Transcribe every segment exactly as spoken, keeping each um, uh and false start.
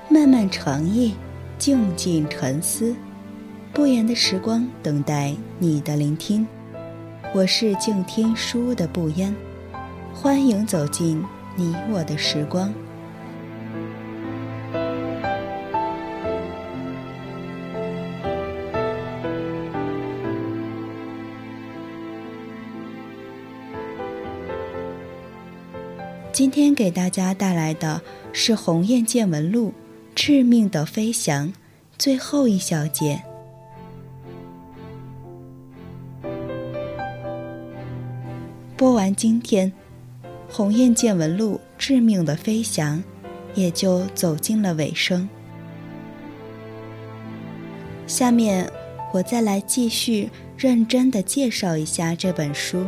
漫漫长夜，静静沉思，不言的时光等待你的聆听。我是静听书的不言，欢迎走进你我的时光。今天给大家带来的是鸿雁见闻录致命的飞翔最后一小节。播完今天，鸿雁见闻录致命的飞翔也就走进了尾声。下面我再来继续认真地介绍一下这本书。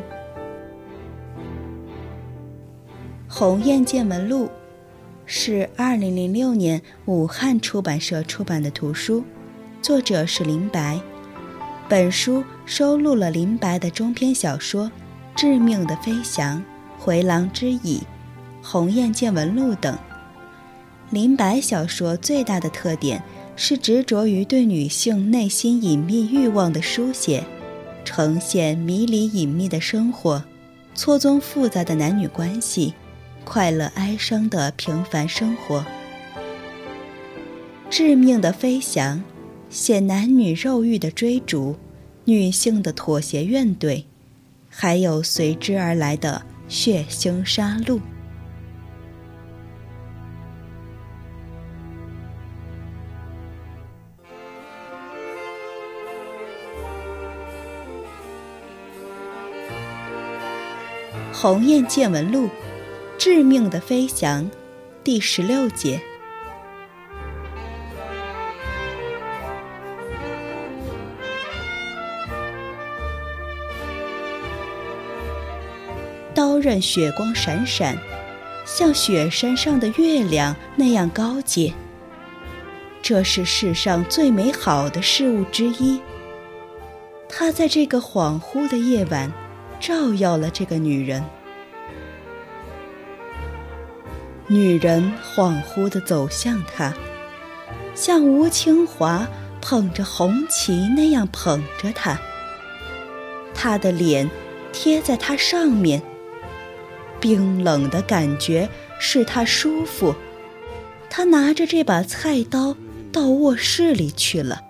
鸿雁见闻录是二零零六年武汉出版社出版的图书，作者是林白。本书收录了林白的中篇小说《致命的飞翔》《回廊之蚁》《鸿雁见闻录》等。林白小说最大的特点是执着于对女性内心隐秘欲望的书写，呈现迷离隐秘的生活，错综复杂的男女关系，快乐哀伤的平凡生活。致命的飞翔写男女肉欲的追逐，女性的妥协怨怼，还有随之而来的血腥杀戮。鸿雁见闻录致命的飞翔第十六节。刀刃血光闪闪，像雪山上的月亮那样高洁。这是世上最美好的事物之一。它在这个恍惚的夜晚照耀了这个女人。女人恍惚地走向他，像吴清华捧着红旗那样捧着他。他的脸贴在他上面，冰冷的感觉使他舒服。他拿着这把菜刀到卧室里去了。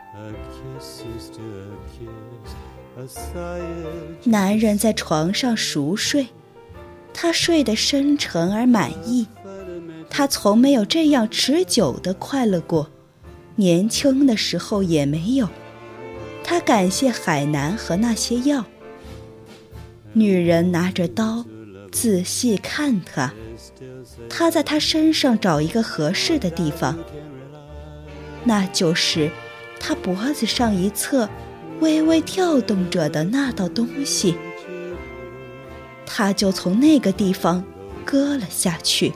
男人在床上熟睡，他睡得深沉而满意。他从没有这样持久的快乐过，年轻的时候也没有。他感谢海南和那些药。女人拿着刀仔细看他，他在他身上找一个合适的地方，那就是他脖子上一侧微微跳动着的那道东西。他就从那个地方割了下去。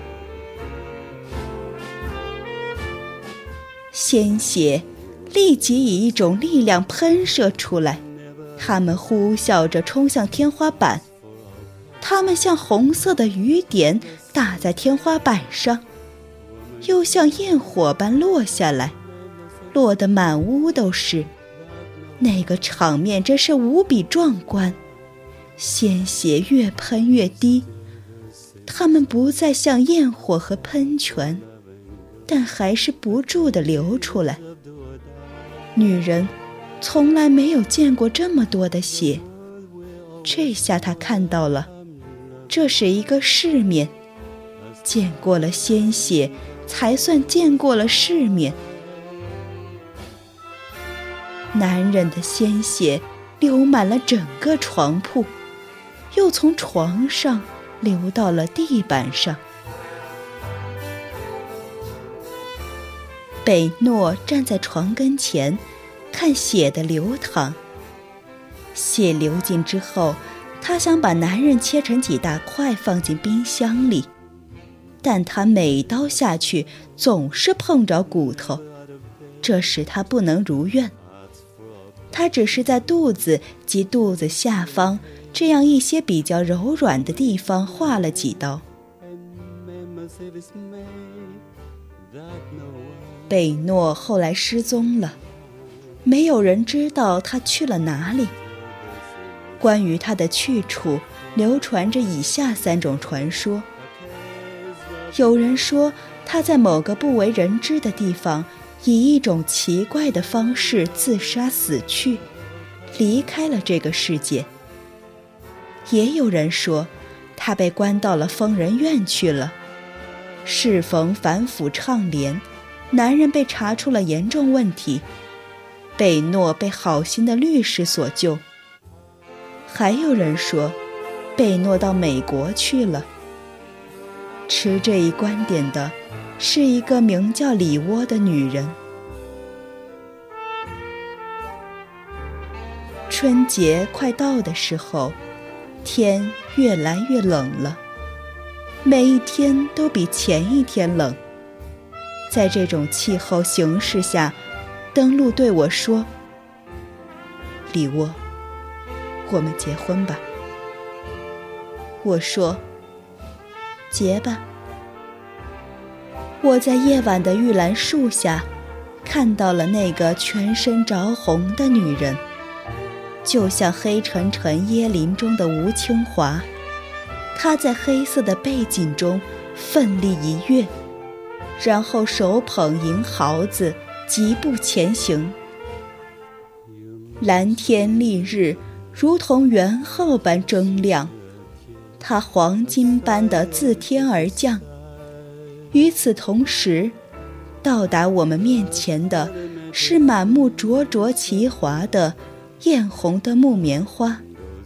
鲜血立即以一种力量喷射出来，它们呼啸着冲向天花板，它们像红色的雨点打在天花板上，又像焰火般落下来，落得满屋都是。那个场面真是无比壮观，鲜血越喷越低，它们不再像焰火和喷泉，但还是不住地流出来。女人从来没有见过这么多的血，这下她看到了，这是一个世面，见过了鲜血，才算见过了世面。男人的鲜血流满了整个床铺，又从床上流到了地板上。北诺站在床跟前，看血的流淌。血流尽之后，他想把男人切成几大块放进冰箱里，但他每刀下去总是碰着骨头，这使他不能如愿。他只是在肚子及肚子下方这样一些比较柔软的地方划了几刀。 贝诺后来失踪了，没有人知道他去了哪里。关于他的去处，流传着以下三种传说。有人说他在某个不为人知的地方，以一种奇怪的方式自杀死去，离开了这个世界。也有人说他被关到了疯人院去了，适逢反腐倡廉，男人被查出了严重问题，贝诺被好心的律师所救。还有人说贝诺到美国去了。持这一观点的是一个名叫里沃的女人。春节快到的时候，天越来越冷了，每一天都比前一天冷。在这种气候形势下，登陆对我说：里沃，我们结婚吧。我说：结吧。我在夜晚的玉兰树下看到了那个全身着红的女人，就像黑沉沉椰林中的吴清华。她在黑色的背景中奋力一跃，然后手捧银毫子疾步前行。蓝天丽日如同元昊般铮亮，它黄金般的自天而降。与此同时，到达我们面前的是满目灼灼其华的艳红的木棉花，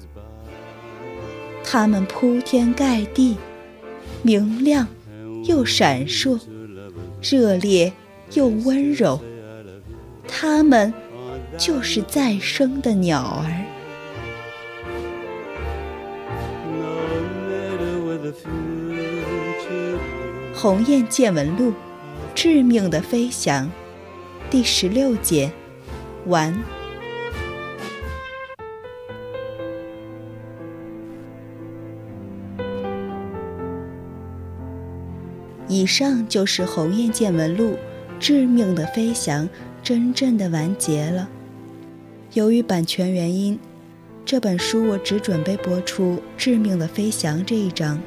它们铺天盖地，明亮又闪烁，热烈又温柔。它们就是再生的鸟儿。鸿雁见闻录，致命的飞翔，第十六节，完。以上就是鸿雁见闻录，致命的飞翔真正的完结了。由于版权原因，这本书我只准备播出致命的飞翔这一章。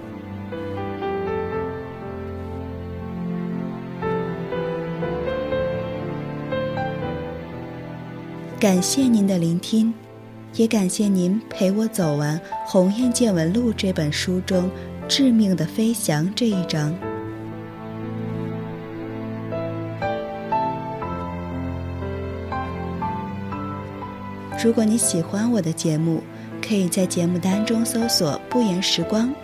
感谢您的聆听，也感谢您陪我走完《鸿雁见闻录》这本书中致命的飞翔这一章。如果你喜欢我的节目，可以在节目单中搜索不言时光。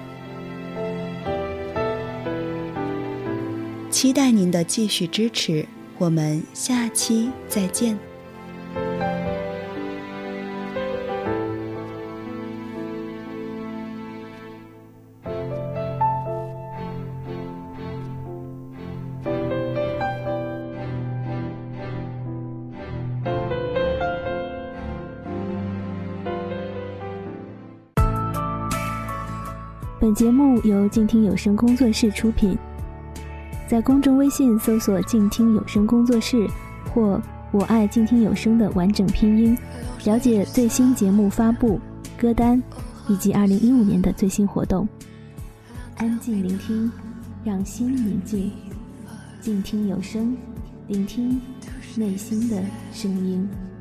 期待您的继续支持，我们下期再见。 本节目由静听有声工作室出品，在公众微信搜索静听有声工作室或我爱静听有声的完整拼音，了解最新节目发布、歌单以及二零一五年的最新活动。安静聆听，让心宁静，静听有声，聆听内心的声音。